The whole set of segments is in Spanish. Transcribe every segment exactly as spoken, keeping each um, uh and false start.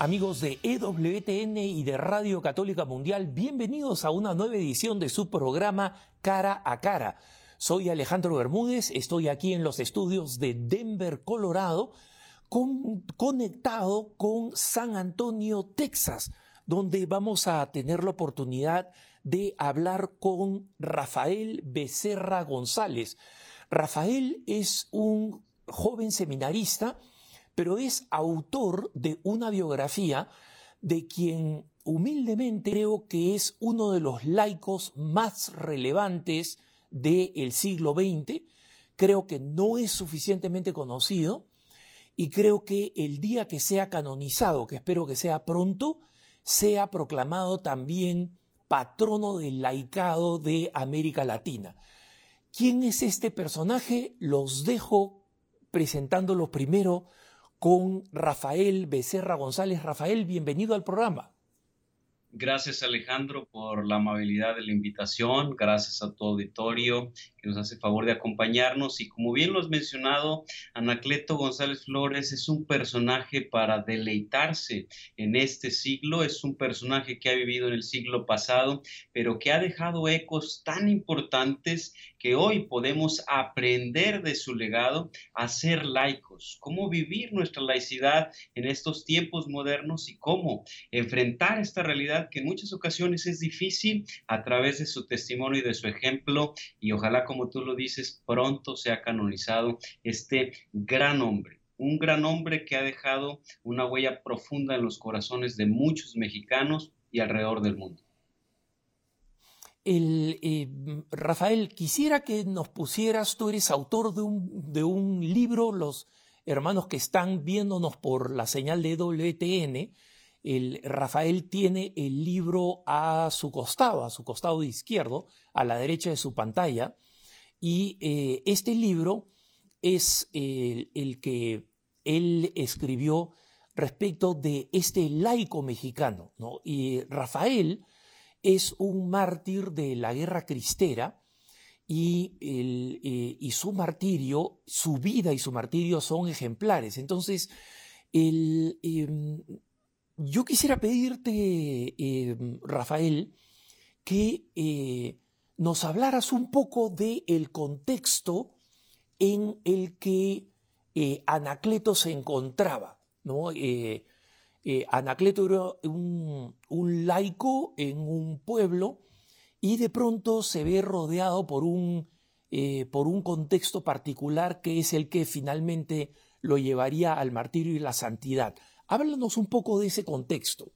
amigos de E W T N y de Radio Católica Mundial, bienvenidos a una nueva edición de su programa Cara a Cara. Soy Alejandro Bermúdez, estoy aquí en los estudios de Denver, Colorado, con, conectado con San Antonio, Texas, donde vamos a tener la oportunidad de hablar con Rafael Becerra González. Rafael es un joven seminarista, pero es autor de una biografía de quien humildemente creo que es uno de los laicos más relevantes del siglo veinte. Creo que no es suficientemente conocido y creo que el día que sea canonizado, que espero que sea pronto, sea proclamado también patrono del laicado de América Latina. ¿Quién es este personaje? Los dejo presentándolo primero con Rafael Becerra González. Rafael, bienvenido al programa. Gracias, Alejandro, por la amabilidad de la invitación. Gracias a tu auditorio que nos hace favor de acompañarnos. Y como bien lo has mencionado, Anacleto González Flores es un personaje para deleitarse en este siglo. Es un personaje que ha vivido en el siglo pasado, pero que ha dejado ecos tan importantes que hoy podemos aprender de su legado a ser laicos. Cómo vivir nuestra laicidad en estos tiempos modernos y cómo enfrentar esta realidad que en muchas ocasiones es difícil a través de su testimonio y de su ejemplo, y ojalá, como tú lo dices, pronto sea canonizado este gran hombre, un gran hombre que ha dejado una huella profunda en los corazones de muchos mexicanos y alrededor del mundo. El, eh, Rafael, quisiera que nos pusieras, tú eres autor de un, de un libro, los hermanos que están viéndonos por la señal de E W T N, El, Rafael tiene el libro a su costado, a su costado izquierdo, a la derecha de su pantalla, y eh, este libro es eh, el que él escribió respecto de este laico mexicano, ¿no? Y Rafael es un mártir de la guerra cristera y, el, eh, y su martirio, su vida y su martirio son ejemplares. Entonces, el... Eh, Yo quisiera pedirte, eh, Rafael, que eh, nos hablaras un poco del contexto en el que eh, Anacleto se encontraba, ¿no? Eh, eh, Anacleto era un, un laico en un pueblo y de pronto se ve rodeado por un, eh, por un contexto particular que es el que finalmente lo llevaría al martirio y la santidad. Háblanos un poco de ese contexto.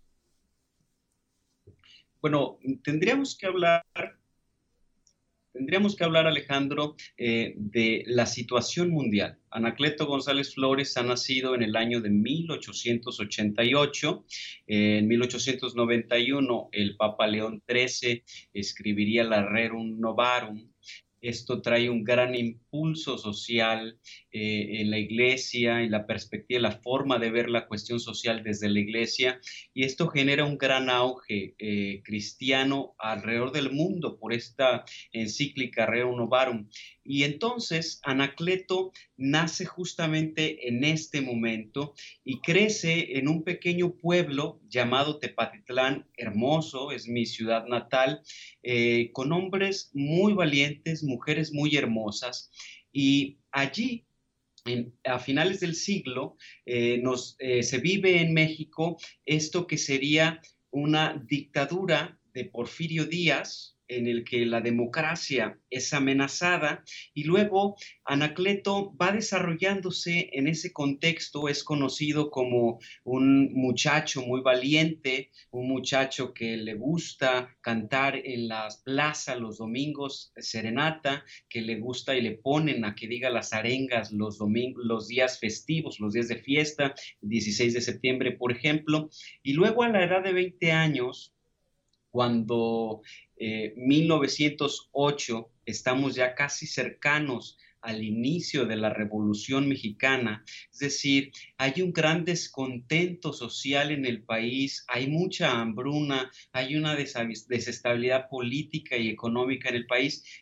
Bueno, tendríamos que hablar, tendríamos que hablar, Alejandro, eh, de la situación mundial. Anacleto González Flores ha nacido en el año de mil ochocientos ochenta y ocho. Eh, en mil ochocientos noventa y uno, el Papa León trece escribiría la Rerum Novarum. Esto trae un gran impulso social eh, en la iglesia, en la perspectiva, la forma de ver la cuestión social desde la iglesia, y esto genera un gran auge eh, cristiano alrededor del mundo por esta encíclica Rerum Novarum. Y entonces Anacleto nace justamente en este momento y crece en un pequeño pueblo llamado Tepatitlán, hermoso, es mi ciudad natal, eh, con hombres muy valientes, mujeres muy hermosas, y allí En, a finales del siglo eh, nos, eh, se vive en México esto que sería una dictadura de Porfirio Díaz, en el que la democracia es amenazada, y luego Anacleto va desarrollándose en ese contexto. Es conocido como un muchacho muy valiente, un muchacho que le gusta cantar en las plazas los domingos, serenata, que le gusta y le ponen a que diga las arengas los domingos, los días festivos, los días de fiesta, dieciséis de septiembre, por ejemplo. Y luego, a la edad de veinte años, cuando eh, mil novecientos ocho, estamos ya casi cercanos al inicio de la Revolución Mexicana, es decir, hay un gran descontento social en el país, hay mucha hambruna, hay una desestabilidad política y económica en el país.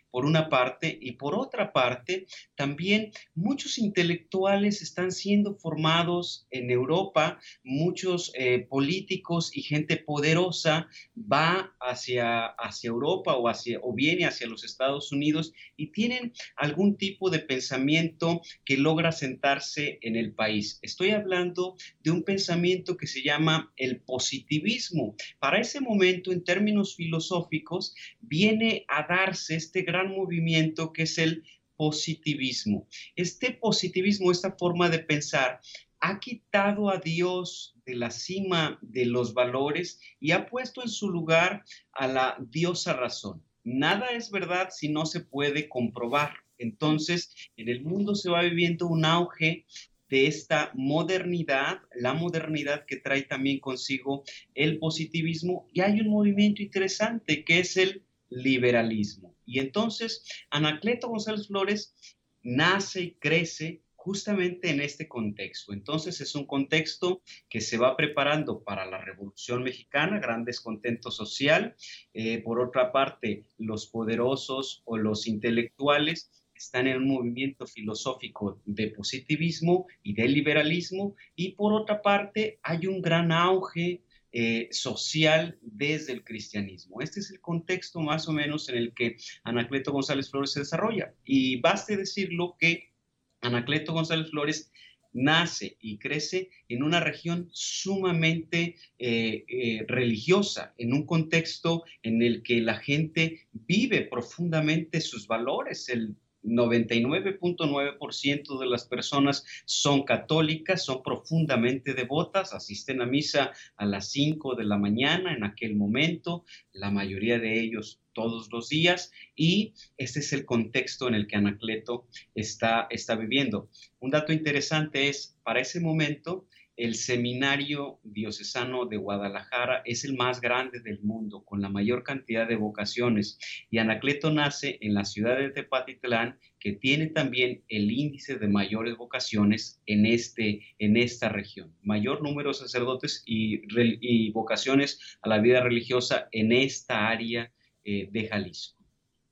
por una parte, y por otra parte, también muchos intelectuales están siendo formados en Europa, muchos eh, políticos y gente poderosa va hacia, hacia Europa o, hacia, o viene hacia los Estados Unidos y tienen algún tipo de pensamiento que logra sentarse en el país. Estoy hablando de un pensamiento que se llama el positivismo. Para ese momento, en términos filosóficos, viene a darse este gran movimiento que es el positivismo. Este positivismo, esta forma de pensar, ha quitado a Dios de la cima de los valores y ha puesto en su lugar a la diosa razón. Nada es verdad si no se puede comprobar. Entonces, en el mundo se va viviendo un auge de esta modernidad, la modernidad que trae también consigo el positivismo, y hay un movimiento interesante que es el liberalismo. Y entonces, Anacleto González Flores nace y crece justamente en este contexto. Entonces es un contexto que se va preparando para la Revolución Mexicana, gran descontento social. Eh, por otra parte, los poderosos o los intelectuales están en un movimiento filosófico de positivismo y de liberalismo, y por otra parte hay un gran auge eh, social desde el cristianismo. Este es el contexto más o menos en el que Anacleto González Flores se desarrolla. Y baste decirlo que Anacleto González Flores nace y crece en una región sumamente eh, eh, religiosa, en un contexto en el que la gente vive profundamente sus valores. El noventa y nueve punto nueve por ciento de las personas son católicas, son profundamente devotas, asisten a misa a las cinco de la mañana en aquel momento, la mayoría de ellos todos los días, y este es el contexto en el que Anacleto está, está viviendo. Un dato interesante es, para ese momento, el Seminario Diocesano de Guadalajara es el más grande del mundo, con la mayor cantidad de vocaciones, y Anacleto nace en la ciudad de Tepatitlán, que tiene también el índice de mayores vocaciones en, este, en esta región. Mayor número de sacerdotes y, y vocaciones a la vida religiosa en esta área eh, de Jalisco.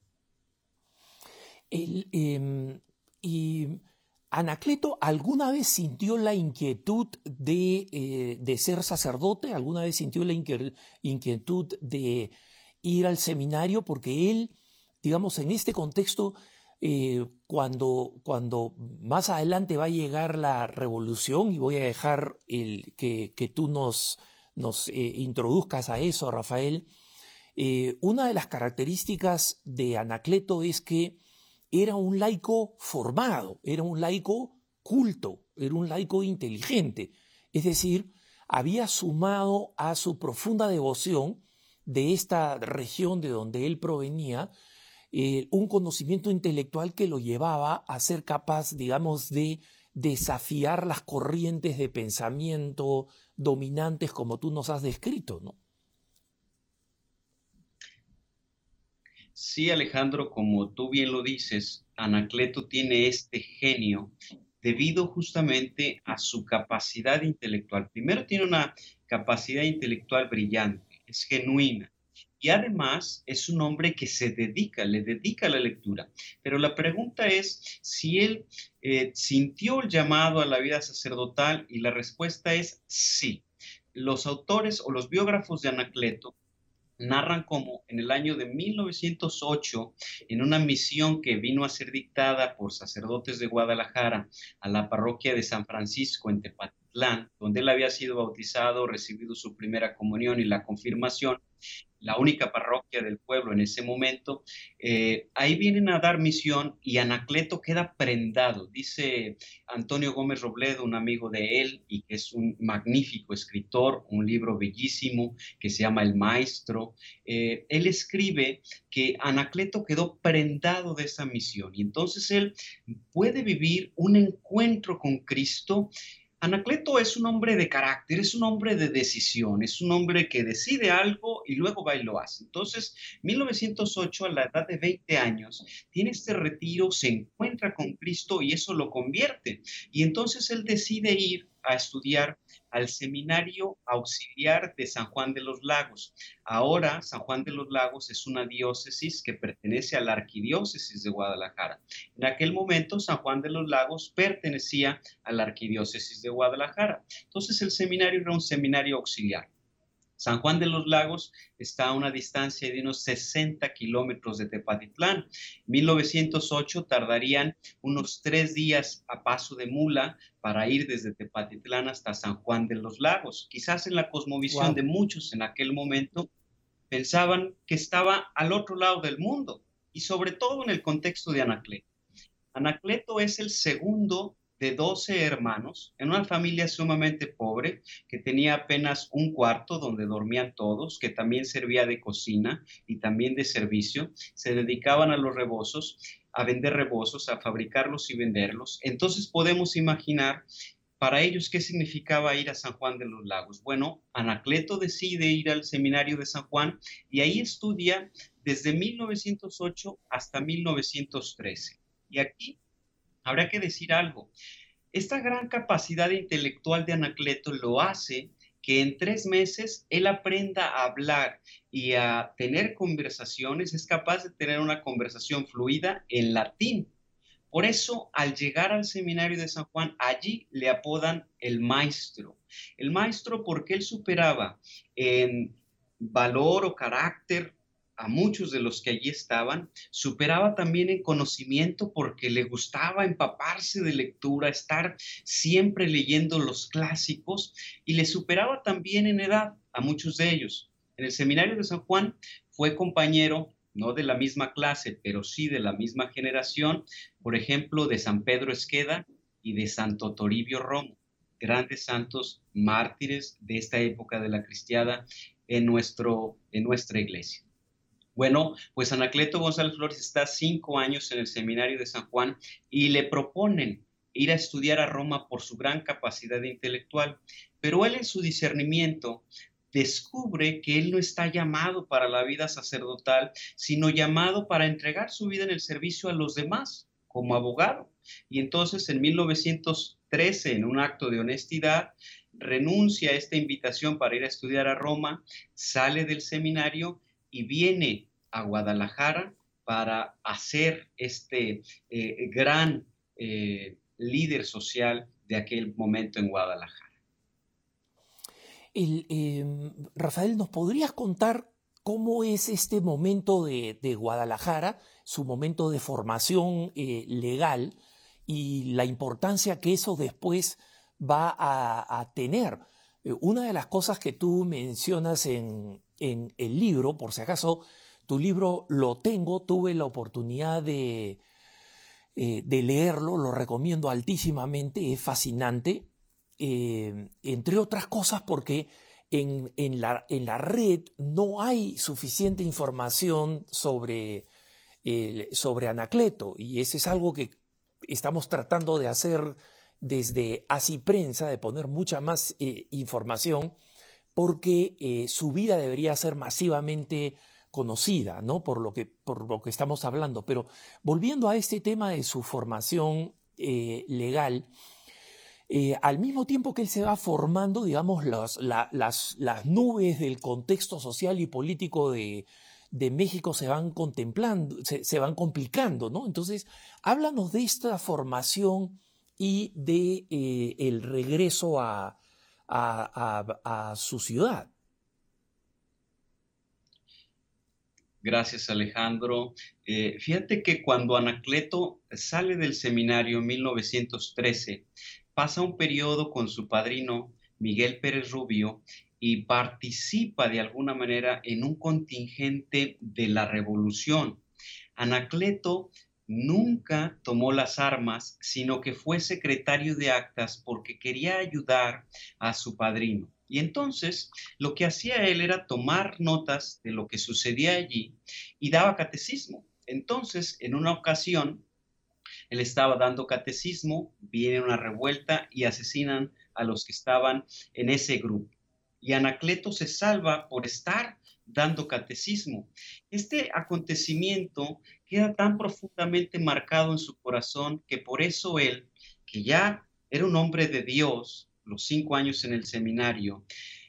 El, eh, y Anacleto, ¿alguna vez sintió la inquietud de, eh, de ser sacerdote? ¿Alguna vez sintió la inquietud de ir al seminario? Porque él, digamos, en este contexto, eh, cuando, cuando más adelante va a llegar la revolución, y voy a dejar el, que, que tú nos, nos eh, introduzcas a eso, Rafael, eh, una de las características de Anacleto es que era un laico formado, era un laico culto, era un laico inteligente. Es decir, había sumado a su profunda devoción de esta región de donde él provenía eh, un conocimiento intelectual que lo llevaba a ser capaz, digamos, de desafiar las corrientes de pensamiento dominantes como tú nos has descrito, ¿no? Sí, Alejandro, como tú bien lo dices, Anacleto tiene este genio debido justamente a su capacidad intelectual. Primero, tiene una capacidad intelectual brillante, es genuina. Y además es un hombre que se dedica, le dedica a la lectura. Pero la pregunta es si él eh, sintió el llamado a la vida sacerdotal, y la respuesta es sí. Los autores o los biógrafos de Anacleto narran cómo en el año de mil novecientos ocho, en una misión que vino a ser dictada por sacerdotes de Guadalajara a la parroquia de San Francisco en Tepatitlán, donde él había sido bautizado, recibido su primera comunión y la confirmación, la única parroquia del pueblo en ese momento, eh, ahí vienen a dar misión y Anacleto queda prendado. Dice Antonio Gómez Robledo, un amigo de él y que es un magnífico escritor, un libro bellísimo que se llama El Maestro. Eh, él escribe que Anacleto quedó prendado de esa misión y entonces él puede vivir un encuentro con Cristo. Anacleto es un hombre de carácter, es un hombre de decisión, es un hombre que decide algo y luego va y lo hace. Entonces, mil novecientos ocho, a la edad de veinte años, tiene este retiro, se encuentra con Cristo y eso lo convierte. Y entonces él decide ir a estudiar al Seminario Auxiliar de San Juan de los Lagos. Ahora, San Juan de los Lagos es una diócesis que pertenece a la Arquidiócesis de Guadalajara. En aquel momento, San Juan de los Lagos pertenecía a la Arquidiócesis de Guadalajara. Entonces, el seminario era un seminario auxiliar. San Juan de los Lagos está a una distancia de unos sesenta kilómetros de Tepatitlán. En mil novecientos ocho tardarían unos tres días a paso de mula para ir desde Tepatitlán hasta San Juan de los Lagos. Quizás en la cosmovisión Wow. de muchos en aquel momento pensaban que estaba al otro lado del mundo, y sobre todo en el contexto de Anacleto. Anacleto es el segundo de doce hermanos, en una familia sumamente pobre, que tenía apenas un cuarto donde dormían todos, que también servía de cocina y también de servicio. Se dedicaban a los rebozos, a vender rebozos, a fabricarlos y venderlos. Entonces podemos imaginar para ellos qué significaba ir a San Juan de los Lagos. Bueno, Anacleto decide ir al seminario de San Juan y ahí estudia desde mil novecientos ocho hasta mil novecientos trece. Y aquí habrá que decir algo. Esta gran capacidad intelectual de Anacleto lo hace que en tres meses él aprenda a hablar y a tener conversaciones, es capaz de tener una conversación fluida en latín. Por eso, al llegar al seminario de San Juan, allí le apodan el maestro. El maestro porque él superaba en valor o carácter a muchos de los que allí estaban, superaba también en conocimiento porque le gustaba empaparse de lectura, estar siempre leyendo los clásicos, y le superaba también en edad a muchos de ellos. En el seminario de San Juan fue compañero, no de la misma clase, pero sí de la misma generación, por ejemplo, de San Pedro Esqueda y de Santo Toribio Romo, grandes santos mártires de esta época de la cristiada en, nuestro, en nuestra iglesia. Bueno, pues Anacleto González Flores está cinco años en el seminario de San Juan y le proponen ir a estudiar a Roma por su gran capacidad intelectual, pero él en su discernimiento descubre que él no está llamado para la vida sacerdotal, sino llamado para entregar su vida en el servicio a los demás, como abogado. Y entonces en mil novecientos trece, en un acto de honestidad, renuncia a esta invitación para ir a estudiar a Roma, sale del seminario y viene a Guadalajara para hacer este eh, gran eh, líder social de aquel momento en Guadalajara. El, eh, Rafael, ¿nos podrías contar cómo es este momento de, de Guadalajara, su momento de formación eh, legal y la importancia que eso después va a, a tener? Eh, una de las cosas que tú mencionas en, en el libro, por si acaso tu libro lo tengo, tuve la oportunidad de, eh, de leerlo, lo recomiendo altísimamente, es fascinante. Eh, entre otras cosas porque en, en, la, en la red no hay suficiente información sobre, eh, sobre Anacleto, y eso es algo que estamos tratando de hacer desde Así Prensa, de poner mucha más eh, información, porque eh, su vida debería ser masivamente conocida, ¿no? Por lo que, por lo que estamos hablando. Pero volviendo a este tema de su formación eh, legal, Eh, al mismo tiempo que él se va formando, digamos, las, la, las, las nubes del contexto social y político de, de México se van contemplando, se, se van complicando, ¿no? Entonces, háblanos de esta formación y de eh, el regreso a, a, a, a su ciudad. Gracias, Alejandro. Eh, fíjate que cuando Anacleto sale del seminario en mil novecientos trece, pasa un periodo con su padrino Miguel Pérez Rubio y participa de alguna manera en un contingente de la revolución. Anacleto nunca tomó las armas, sino que fue secretario de actas porque quería ayudar a su padrino. Y entonces lo que hacía él era tomar notas de lo que sucedía allí y daba catecismo. Entonces, en una ocasión, él estaba dando catecismo, viene una revuelta y asesinan a los que estaban en ese grupo. Y Anacleto se salva por estar dando catecismo. Este acontecimiento queda tan profundamente marcado en su corazón que por eso él, que ya era un hombre de Dios, los cinco años en el seminario,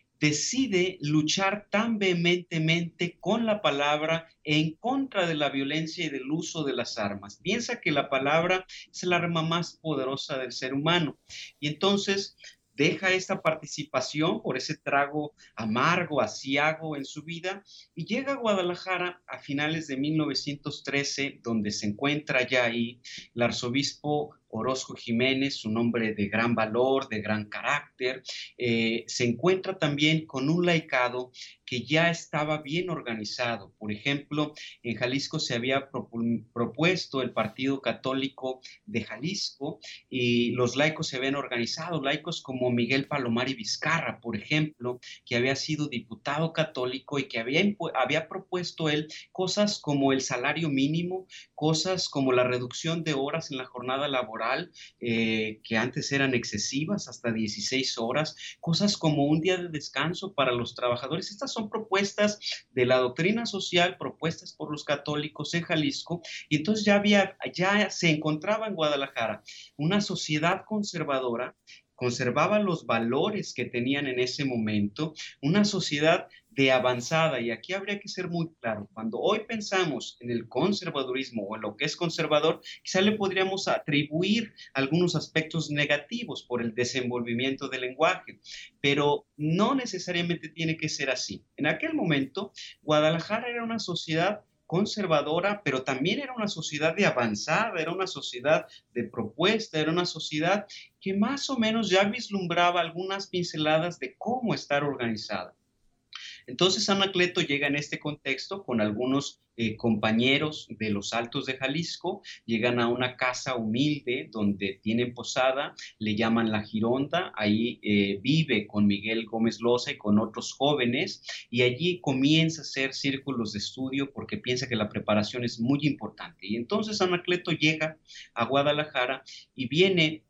decide luchar tan vehementemente con la palabra en contra de la violencia y del uso de las armas. Piensa que la palabra es el arma más poderosa del ser humano. Y entonces deja esta participación por ese trago amargo, aciago en su vida, y llega a Guadalajara a finales de mil novecientos trece, donde se encuentra ya ahí el arzobispo Orozco Jiménez, un hombre de gran valor, de gran carácter. Eh, se encuentra también con un laicado que ya estaba bien organizado. Por ejemplo, en Jalisco se había propu- propuesto el Partido Católico de Jalisco y los laicos se habían organizado, laicos como Miguel Palomar y Vizcarra, por ejemplo, que había sido diputado católico y que había, había propuesto él cosas como el salario mínimo, cosas como la reducción de horas en la jornada laboral, eh, que antes eran excesivas, hasta dieciséis horas, cosas como un día de descanso para los trabajadores. Estas son propuestas de la doctrina social, propuestas por los católicos en Jalisco, y entonces ya había, ya se encontraba en Guadalajara una sociedad conservadora, conservaba los valores que tenían en ese momento, una sociedad de avanzada. Y aquí habría que ser muy claro, cuando hoy pensamos en el conservadurismo o en lo que es conservador, quizá le podríamos atribuir algunos aspectos negativos por el desenvolvimiento del lenguaje, pero no necesariamente tiene que ser así. En aquel momento, Guadalajara era una sociedad conservadora, pero también era una sociedad de avanzada, era una sociedad de propuesta, era una sociedad que más o menos ya vislumbraba algunas pinceladas de cómo estar organizada. Entonces Anacleto llega en este contexto con algunos eh, compañeros de los Altos de Jalisco, llegan a una casa humilde donde tienen posada, le llaman La Gironda, ahí eh, vive con Miguel Gómez Loza y con otros jóvenes, y allí comienza a hacer círculos de estudio porque piensa que la preparación es muy importante. Y entonces Anacleto llega a Guadalajara y viene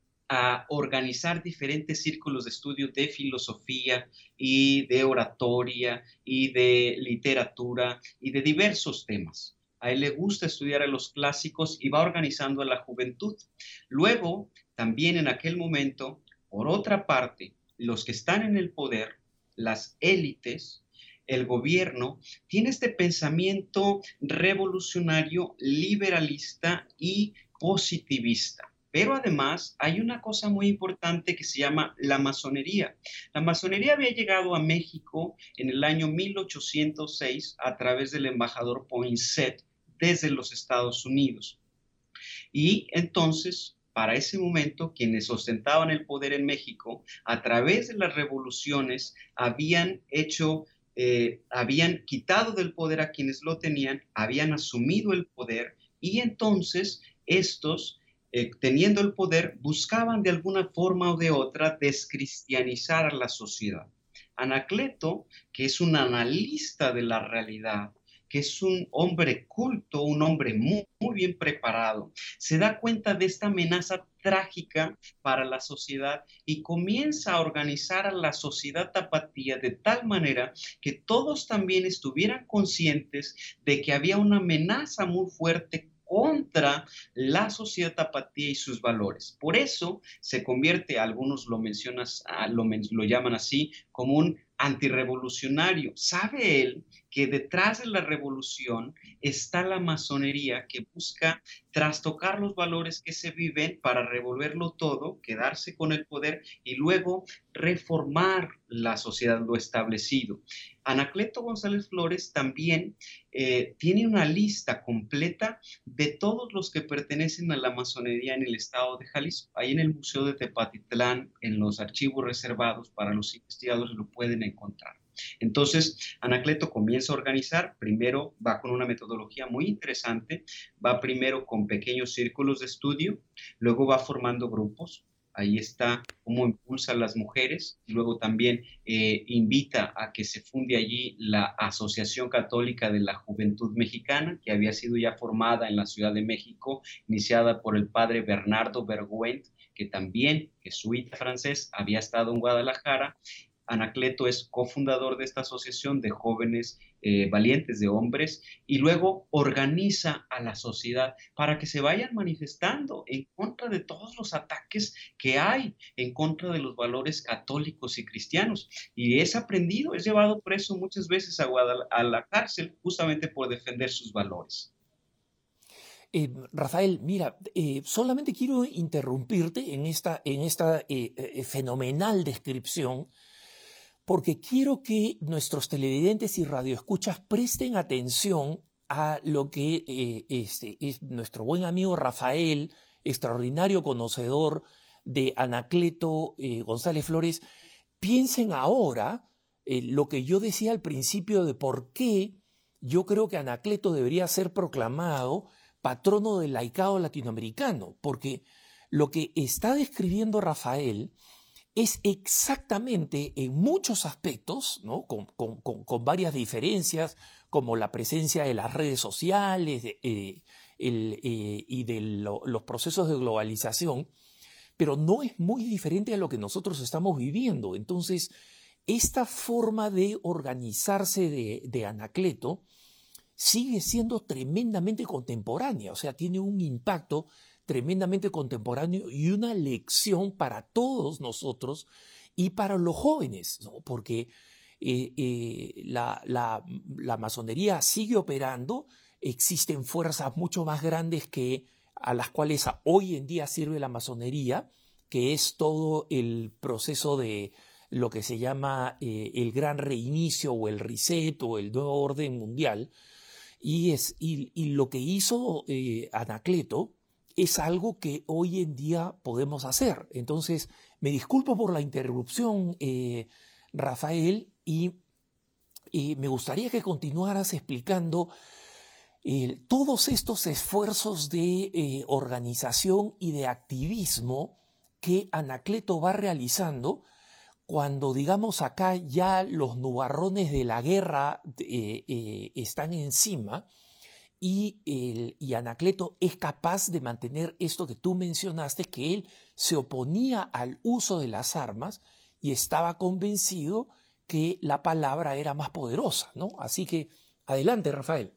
a organizar diferentes círculos de estudio de filosofía y de oratoria y de literatura y de diversos temas. A él le gusta estudiar a los clásicos y va organizando a la juventud. Luego, también en aquel momento, por otra parte, los que están en el poder, las élites, el gobierno, tiene este pensamiento revolucionario, liberalista y positivista. Pero además hay una cosa muy importante que se llama la masonería. La masonería había llegado a México en el año mil ochocientos seis a través del embajador Poinsett desde los Estados Unidos. Y entonces, para ese momento, quienes ostentaban el poder en México, a través de las revoluciones, habían hecho, eh, habían quitado del poder a quienes lo tenían, habían asumido el poder y entonces estos Eh, teniendo el poder, buscaban de alguna forma o de otra descristianizar a la sociedad. Anacleto, que es un analista de la realidad, que es un hombre culto, un hombre muy, muy bien preparado, se da cuenta de esta amenaza trágica para la sociedad y comienza a organizar a la sociedad tapatía de tal manera que todos también estuvieran conscientes de que había una amenaza muy fuerte contra la sociedad tapatía y sus valores. Por eso se convierte, algunos lo mencionas, lo, lo llaman así, como un antirrevolucionario. Sabe él que detrás de la revolución está la masonería que busca trastocar los valores que se viven para revolverlo todo, quedarse con el poder y luego reformar la sociedad, lo establecido. Anacleto González Flores también eh, tiene una lista completa de todos los que pertenecen a la masonería en el estado de Jalisco. Ahí en el Museo de Tepatitlán, en los archivos reservados para los investigadores, lo pueden encontrar. Entonces, Anacleto comienza a organizar, primero va con una metodología muy interesante, va primero con pequeños círculos de estudio, luego va formando grupos. Ahí está cómo impulsa a las mujeres, y luego también eh, invita a que se funde allí la Asociación Católica de la Juventud Mexicana, que había sido ya formada en la Ciudad de México, iniciada por el padre Bernardo Vergüent, que también, jesuita francés, había estado en Guadalajara. Anacleto es cofundador de esta asociación de jóvenes eh, valientes, de hombres, y luego organiza a la sociedad para que se vayan manifestando en contra de todos los ataques que hay, en contra de los valores católicos y cristianos. Y es aprendido, es llevado preso muchas veces a, Guadal a la cárcel justamente por defender sus valores. Eh, Rafael, mira, eh, solamente quiero interrumpirte en esta, en esta eh, eh, fenomenal descripción, porque quiero que nuestros televidentes y radioescuchas presten atención a lo que eh, este, es nuestro buen amigo Rafael, extraordinario conocedor de Anacleto eh, González Flores. Piensen ahora eh, lo que yo decía al principio de por qué yo creo que Anacleto debería ser proclamado patrono del laicado latinoamericano, porque lo que está describiendo Rafael es exactamente en muchos aspectos, ¿no? con, con, con, con varias diferencias, como la presencia de las redes sociales eh, el, eh, y de lo, los procesos de globalización, pero no es muy diferente a lo que nosotros estamos viviendo. Entonces, esta forma de organizarse de, de Anacleto sigue siendo tremendamente contemporánea, o sea, tiene un impacto tremendamente contemporáneo y una lección para todos nosotros y para los jóvenes, ¿no? Porque eh, eh, la, la, la masonería sigue operando, existen fuerzas mucho más grandes que a las cuales hoy en día sirve la masonería, que es todo el proceso de lo que se llama eh, el gran reinicio o el reset o el nuevo orden mundial. Y, es, y, y lo que hizo eh, Anacleto es algo que hoy en día podemos hacer. Entonces, me disculpo por la interrupción, eh, Rafael, y eh, me gustaría que continuaras explicando eh, todos estos esfuerzos de eh, organización y de activismo que Anacleto va realizando cuando, digamos, acá ya los nubarrones de la guerra eh, eh, están encima y, el, y Anacleto es capaz de mantener esto que tú mencionaste, que él se oponía al uso de las armas y estaba convencido que la palabra era más poderosa, ¿no? Así que, adelante, Rafael.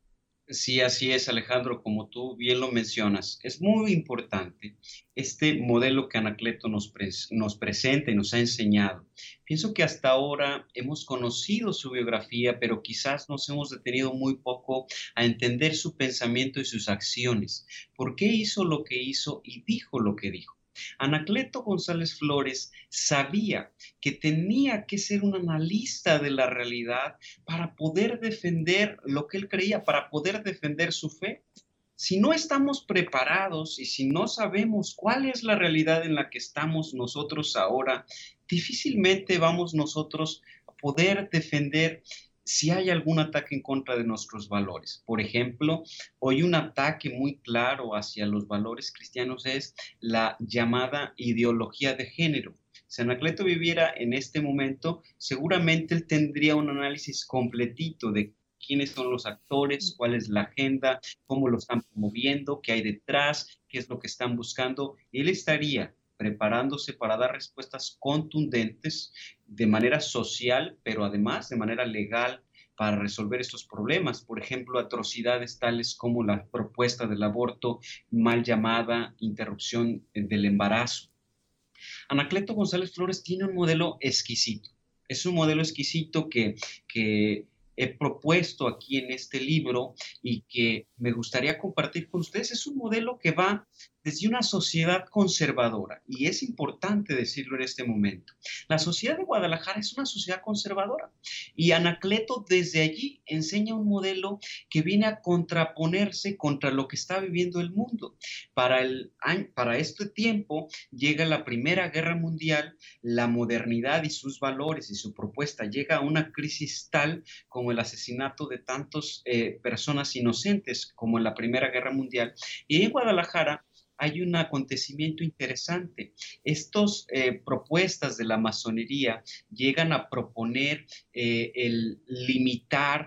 Sí, así es, Alejandro, como tú bien lo mencionas. Es muy importante este modelo que Anacleto nos, pre nos presenta y nos ha enseñado. Pienso que hasta ahora hemos conocido su biografía, pero quizás nos hemos detenido muy poco a entender su pensamiento y sus acciones. ¿Por qué hizo lo que hizo y dijo lo que dijo? Anacleto González Flores sabía que tenía que ser un analista de la realidad para poder defender lo que él creía, para poder defender su fe. Si no estamos preparados y si no sabemos cuál es la realidad en la que estamos nosotros ahora, difícilmente vamos nosotros a poder defender si hay algún ataque en contra de nuestros valores. Por ejemplo, hoy un ataque muy claro hacia los valores cristianos es la llamada ideología de género. Si Anacleto viviera en este momento, seguramente él tendría un análisis completito de quiénes son los actores, cuál es la agenda, cómo lo están promoviendo, qué hay detrás, qué es lo que están buscando. Él estaría preparándose para dar respuestas contundentes de manera social, pero además de manera legal para resolver estos problemas. Por ejemplo, atrocidades tales como la propuesta del aborto, mal llamada interrupción del embarazo. Anacleto González Flores tiene un modelo exquisito. Es un modelo exquisito que, que he propuesto aquí en este libro y que me gustaría compartir con ustedes. Es un modelo que va desde una sociedad conservadora, y es importante decirlo en este momento. La sociedad de Guadalajara es una sociedad conservadora, y Anacleto desde allí enseña un modelo que viene a contraponerse contra lo que está viviendo el mundo. Para, el, para este tiempo llega la Primera Guerra Mundial, la modernidad y sus valores y su propuesta llega a una crisis tal como el asesinato de tantas eh, personas inocentes como en la Primera Guerra Mundial, y en Guadalajara hay un acontecimiento interesante. Estas eh, propuestas de la masonería llegan a proponer eh, el limitar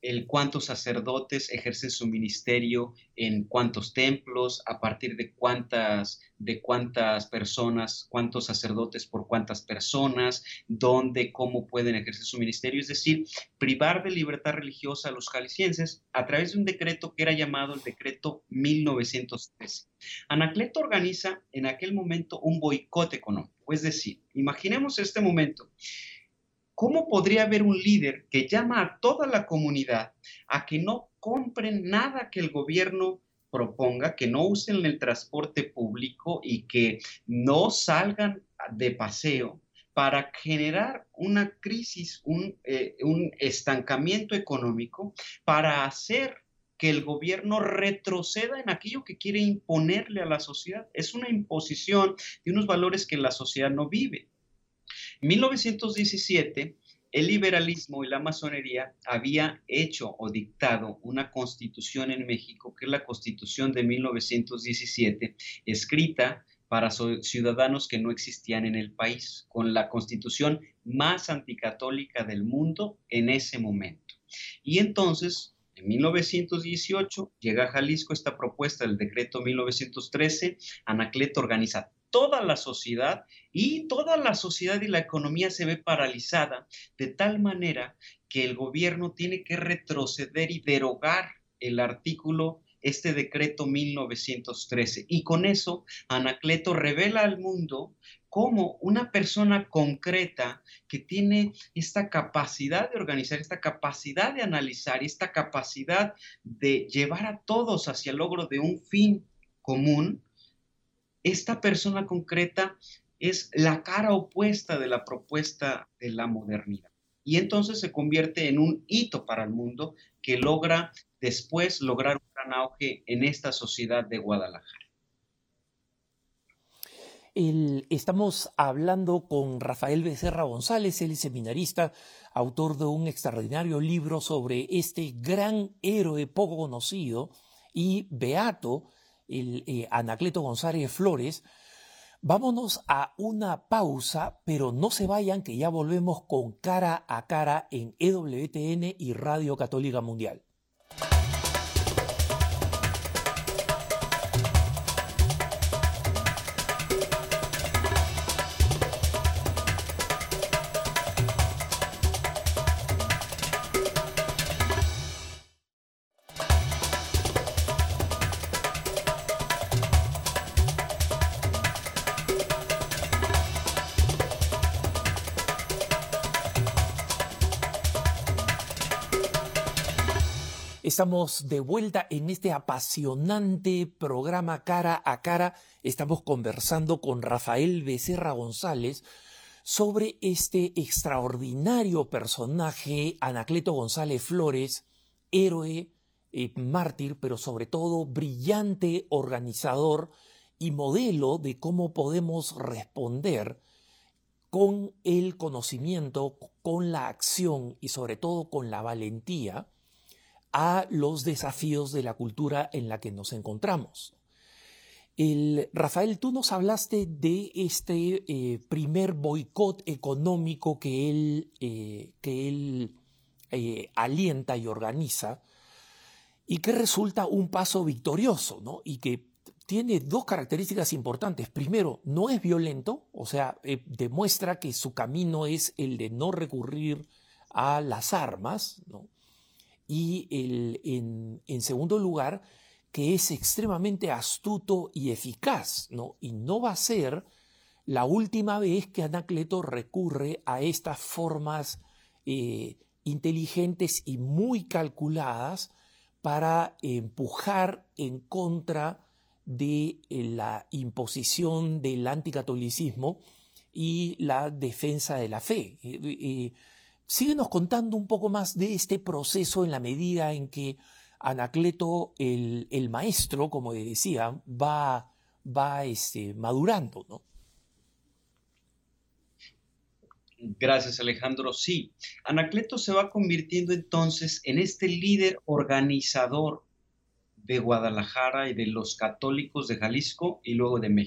el cuántos sacerdotes ejercen su ministerio en cuántos templos, a partir de cuántas, de cuántas personas, cuántos sacerdotes por cuántas personas, dónde, cómo pueden ejercer su ministerio, es decir, privar de libertad religiosa a los jaliscienses a través de un decreto que era llamado el decreto mil novecientos trece. Anacleto organiza en aquel momento un boicot económico, es decir, imaginemos este momento. ¿Cómo podría haber un líder que llama a toda la comunidad a que no compren nada que el gobierno proponga, que no usen el transporte público y que no salgan de paseo para generar una crisis, un, eh, un estancamiento económico, para hacer que el gobierno retroceda en aquello que quiere imponerle a la sociedad? Es una imposición de unos valores que la sociedad no vive. En mil novecientos diecisiete, el liberalismo y la masonería había hecho o dictado una constitución en México, que es la Constitución de mil novecientos diecisiete, escrita para ciudadanos que no existían en el país, con la constitución más anticatólica del mundo en ese momento. Y entonces, en mil novecientos dieciocho, llega a Jalisco esta propuesta del decreto mil novecientos trece, Anacleto organiza toda la sociedad y toda la sociedad y la economía se ve paralizada de tal manera que el gobierno tiene que retroceder y derogar el artículo, este decreto mil novecientos trece. Y con eso Anacleto revela al mundo cómo una persona concreta que tiene esta capacidad de organizar, esta capacidad de analizar, esta capacidad de llevar a todos hacia el logro de un fin común, esta persona concreta es la cara opuesta de la propuesta de la modernidad. Y entonces se convierte en un hito para el mundo que logra después lograr un gran auge en esta sociedad de Guadalajara. El, estamos hablando con Rafael Becerra González, él es seminarista, autor de un extraordinario libro sobre este gran héroe poco conocido y beato, el eh, Anacleto González Flores. Vámonos a una pausa, pero no se vayan, que ya volvemos con Cara a Cara en E W T N y Radio Católica Mundial. Estamos de vuelta en este apasionante programa Cara a Cara. Estamos conversando con Rafael Becerra González sobre este extraordinario personaje, Anacleto González Flores, héroe, eh, mártir, pero sobre todo brillante organizador y modelo de cómo podemos responder con el conocimiento, con la acción y sobre todo con la valentía a los desafíos de la cultura en la que nos encontramos. El, Rafael, tú nos hablaste de este eh, primer boicot económico que él, eh, que él eh, alienta y organiza y que resulta un paso victorioso, ¿no? Y que tiene dos características importantes. Primero, no es violento, o sea, eh, demuestra que su camino es el de no recurrir a las armas, ¿no? Y el, en, en segundo lugar, que es extremadamente astuto y eficaz, ¿no? Y no va a ser la última vez que Anacleto recurre a estas formas eh, inteligentes y muy calculadas para empujar en contra de eh, la imposición del anticatolicismo y la defensa de la fe. Eh, eh, Síguenos contando un poco más de este proceso en la medida en que Anacleto, el, el maestro, como decía, va, va este, madurando, ¿no? Gracias, Alejandro. Sí, Anacleto se va convirtiendo entonces en este líder organizador de Guadalajara y de los católicos de Jalisco y luego de México.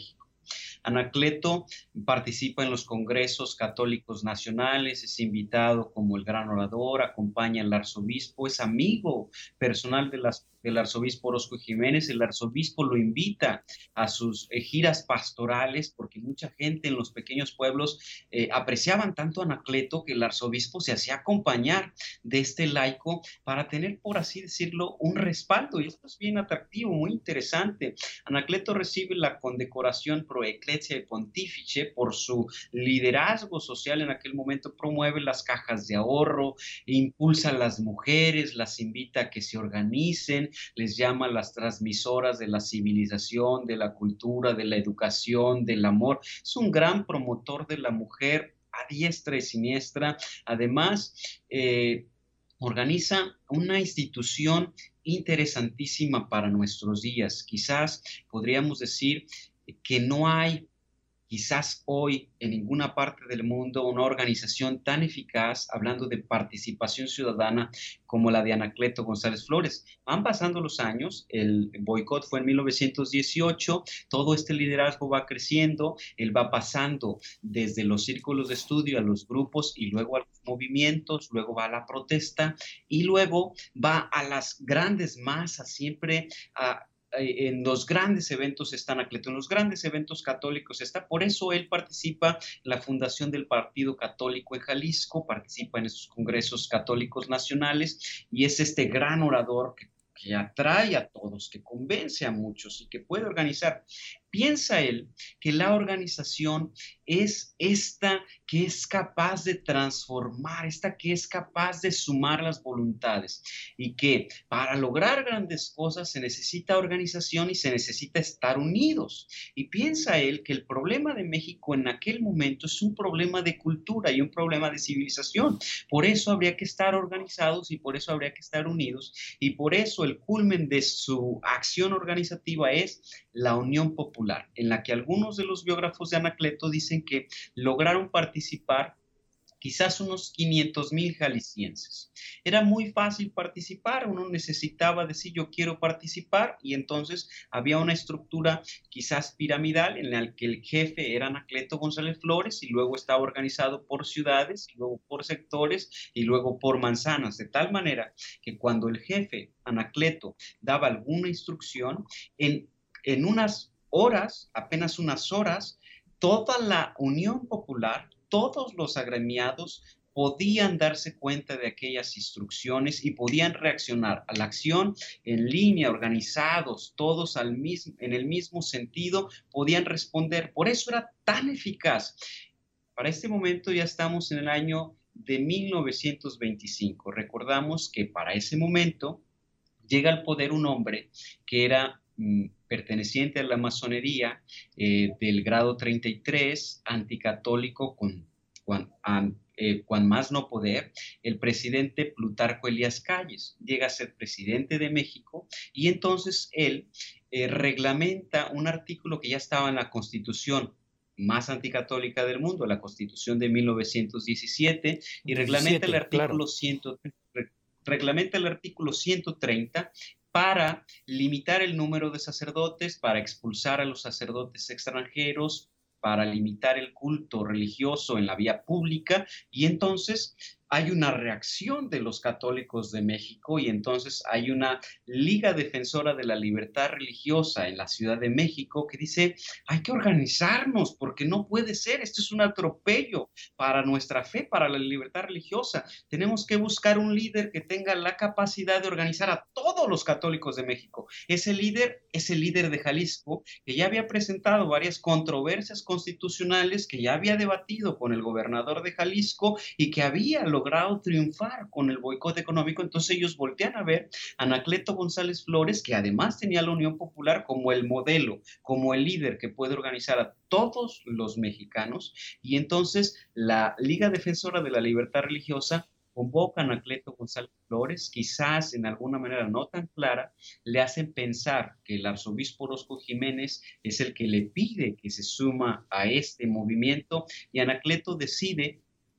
Anacleto participa en los congresos católicos nacionales, es invitado como el gran orador, acompaña al arzobispo, es amigo personal de las del arzobispo Orozco Jiménez. El arzobispo lo invita a sus eh, giras pastorales, porque mucha gente en los pequeños pueblos eh, apreciaban tanto a Anacleto que el arzobispo se hacía acompañar de este laico para tener, por así decirlo, un respaldo. Y esto es bien atractivo, muy interesante. Anacleto recibe la condecoración Pro Ecclesiae Pontifice por su liderazgo social en aquel momento, promueve las cajas de ahorro, impulsa a las mujeres, las invita a que se organicen, les llama las transmisoras de la civilización, de la cultura, de la educación, del amor. Es un gran promotor de la mujer a diestra y siniestra. Además, eh, organiza una institución interesantísima para nuestros días. Quizás podríamos decir que no hay quizás hoy en ninguna parte del mundo una organización tan eficaz, hablando de participación ciudadana, como la de Anacleto González Flores. Van pasando los años, el boicot fue en mil novecientos dieciocho, todo este liderazgo va creciendo, él va pasando desde los círculos de estudio a los grupos y luego a los movimientos, luego va a la protesta y luego va a las grandes masas, siempre a en los grandes eventos está Anacleto, en los grandes eventos católicos está, por eso él participa en la fundación del Partido Católico en Jalisco, participa en esos congresos católicos nacionales y es este gran orador que, que atrae a todos, que convence a muchos y que puede organizar. Piensa él que la organización es esta que es capaz de transformar, esta que es capaz de sumar las voluntades y que para lograr grandes cosas se necesita organización y se necesita estar unidos. Y piensa él que el problema de México en aquel momento es un problema de cultura y un problema de civilización. Por eso habría que estar organizados y por eso habría que estar unidos y por eso el culmen de su acción organizativa es la Unión Popular, en la que algunos de los biógrafos de Anacleto dicen que lograron participar quizás unos quinientos mil jaliscienses. Era muy fácil participar, uno necesitaba decir yo quiero participar y entonces había una estructura quizás piramidal en la que el jefe era Anacleto González Flores y luego estaba organizado por ciudades, y luego por sectores y luego por manzanas, de tal manera que cuando el jefe Anacleto daba alguna instrucción, en, en unas horas, apenas unas horas, toda la Unión Popular, todos los agremiados podían darse cuenta de aquellas instrucciones y podían reaccionar a la acción en línea, organizados, todos al mismo, en el mismo sentido, podían responder. Por eso era tan eficaz. Para este momento ya estamos en el año de mil novecientos veinticinco. Recordamos que para ese momento llega al poder un hombre que era mm, perteneciente a la masonería eh, del grado treinta y tres, anticatólico, con, con, an, eh, con más no poder, el presidente Plutarco Elías Calles. Llega a ser presidente de México y entonces él eh, reglamenta un artículo que ya estaba en la Constitución más anticatólica del mundo, la Constitución de mil novecientos diecisiete, y reglamenta el artículo claro. cien, reglamenta el artículo ciento treinta para limitar el número de sacerdotes, para expulsar a los sacerdotes extranjeros, para limitar el culto religioso en la vía pública, y entonces hay una reacción de los católicos de México y entonces hay una Liga Defensora de la Libertad Religiosa en la Ciudad de México que dice, hay que organizarnos porque no puede ser, esto es un atropello para nuestra fe, para la libertad religiosa. Tenemos que buscar un líder que tenga la capacidad de organizar a todos los católicos de México. Ese líder es el líder de Jalisco, que ya había presentado varias controversias constitucionales, que ya había debatido con el gobernador de Jalisco y que había logrado triunfar con el boicot económico. Entonces ellos voltean a ver a Anacleto González Flores, que además tenía la Unión Popular como el modelo, como el líder que puede organizar a todos los mexicanos, y entonces la Liga Defensora de la Libertad Religiosa convoca a Anacleto González Flores, quizás en alguna manera no tan clara, le hacen pensar que el arzobispo Orozco Jiménez es el que le pide que se suma a este movimiento, y Anacleto decide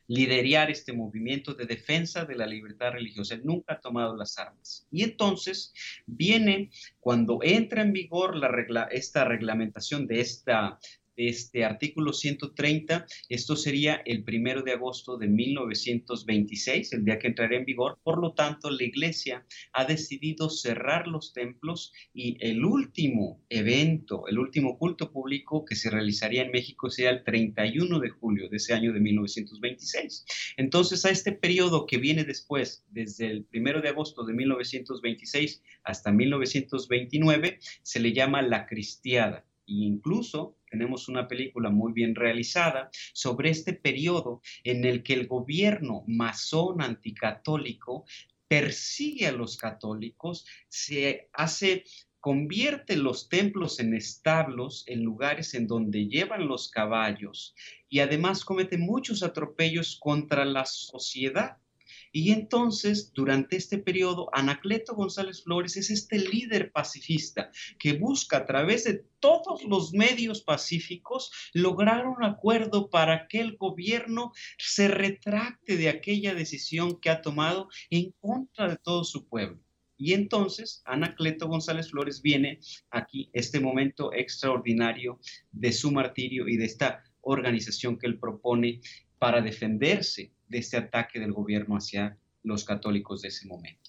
liderar este movimiento de defensa de la libertad religiosa. Él nunca ha tomado las armas. Y entonces viene, cuando entra en vigor la regla, esta reglamentación de esta de este artículo ciento treinta, esto sería el primero de agosto de mil novecientos veintiséis, el día que entrará en vigor. Por lo tanto, la Iglesia ha decidido cerrar los templos y el último evento, el último culto público que se realizaría en México sería el treinta y uno de julio de ese año de mil novecientos veintiséis. Entonces, a este periodo que viene después, desde el primero de agosto de mil novecientos veintiséis hasta mil novecientos veintinueve, se le llama la Cristiada. E incluso tenemos una película muy bien realizada sobre este periodo en el que el gobierno masón anticatólico persigue a los católicos, se hace, convierte los templos en establos, en lugares en donde llevan los caballos, y además comete muchos atropellos contra la sociedad. Y entonces, durante este periodo, Anacleto González Flores es este líder pacifista que busca a través de todos los medios pacíficos lograr un acuerdo para que el gobierno se retracte de aquella decisión que ha tomado en contra de todo su pueblo. Y entonces Anacleto González Flores viene aquí, este momento extraordinario de su martirio y de esta organización que él propone para defenderse de este ataque del gobierno hacia los católicos de ese momento.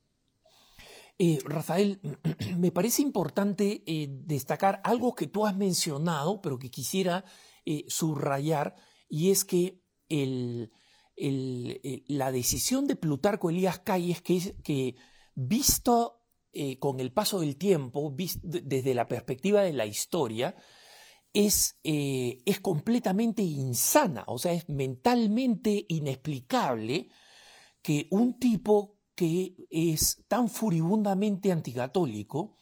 Eh, Rafael, me parece importante eh, destacar algo que tú has mencionado, pero que quisiera eh, subrayar, y es que el, el, eh, la decisión de Plutarco Elías Calles, que, es, que visto eh, con el paso del tiempo, visto desde la perspectiva de la historia, Es, eh, es completamente insana, o sea, es mentalmente inexplicable que un tipo que es tan furibundamente anticatólico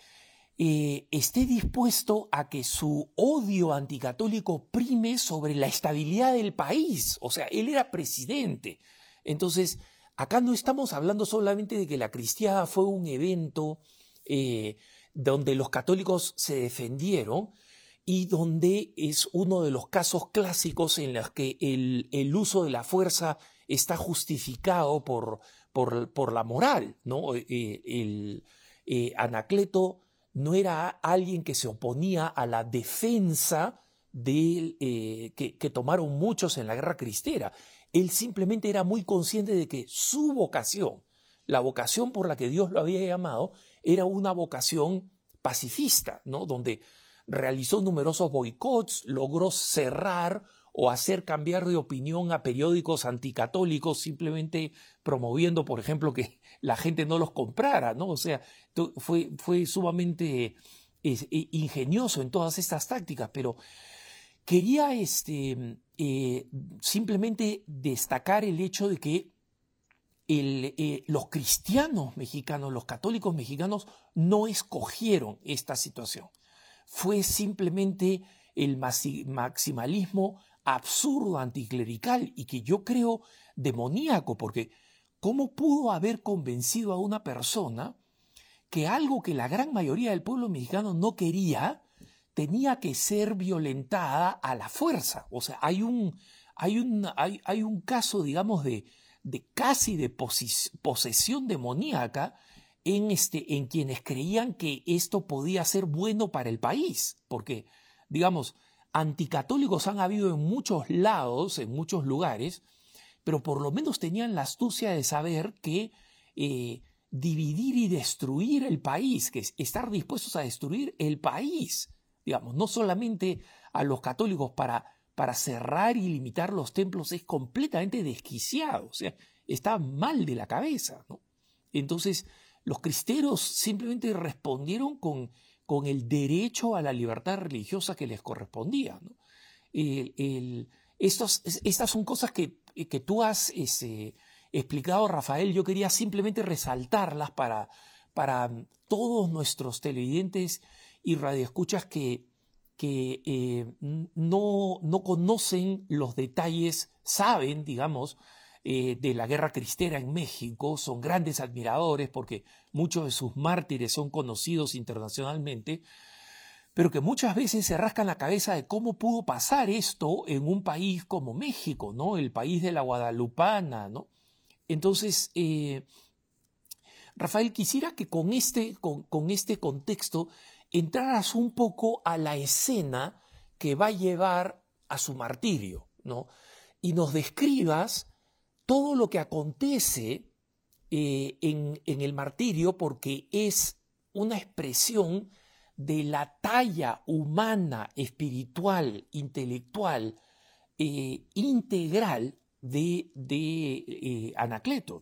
eh, esté dispuesto a que su odio anticatólico prime sobre la estabilidad del país. O sea, él era presidente. Entonces, acá no estamos hablando solamente de que la Cristiada fue un evento eh, donde los católicos se defendieron, y donde es uno de los casos clásicos en los que el, el uso de la fuerza está justificado por, por, por la moral, ¿no? Eh, el, eh, Anacleto no era alguien que se oponía a la defensa de, eh, que, que tomaron muchos en la Guerra Cristera. Él simplemente era muy consciente de que su vocación, la vocación por la que Dios lo había llamado, era una vocación pacifista, ¿no? Donde realizó numerosos boicots, logró cerrar o hacer cambiar de opinión a periódicos anticatólicos, simplemente promoviendo, por ejemplo, que la gente no los comprara, ¿no? O sea, fue, fue sumamente eh, ingenioso en todas estas tácticas, pero quería este, eh, simplemente destacar el hecho de que el, eh, los cristianos mexicanos, los católicos mexicanos, no escogieron esta situación. Fue simplemente el maximalismo absurdo anticlerical y que yo creo demoníaco, porque ¿cómo pudo haber convencido a una persona que algo que la gran mayoría del pueblo mexicano no quería tenía que ser violentada a la fuerza? O sea, hay un, hay un, hay, hay un caso, digamos, de, de casi de posis, posesión demoníaca En, este, en quienes creían que esto podía ser bueno para el país, porque, digamos, anticatólicos han habido en muchos lados, en muchos lugares, pero por lo menos tenían la astucia de saber que eh, dividir y destruir el país, que es estar dispuestos a destruir el país, digamos, no solamente a los católicos para, para cerrar y limitar los templos, es completamente desquiciado, o sea, está mal de la cabeza, ¿no? Entonces, los cristeros simplemente respondieron con, con el derecho a la libertad religiosa que les correspondía, ¿no? El, el, estos, estas son cosas que, que tú has ese, explicado, Rafael. Yo quería simplemente resaltarlas para, para todos nuestros televidentes y radioescuchas que, que eh, no, no conocen los detalles, saben, digamos, Eh, de la Guerra Cristera en México, son grandes admiradores porque muchos de sus mártires son conocidos internacionalmente, pero que muchas veces se rascan la cabeza de cómo pudo pasar esto en un país como México, ¿no? El país de la Guadalupana, ¿no? Entonces, eh, Rafael, quisiera que con este, con, con este contexto entraras un poco a la escena que va a llevar a su martirio, ¿no? Y nos describas todo lo que acontece eh, en, en el martirio, porque es una expresión de la talla humana, espiritual, intelectual, eh, integral de, de eh, Anacleto.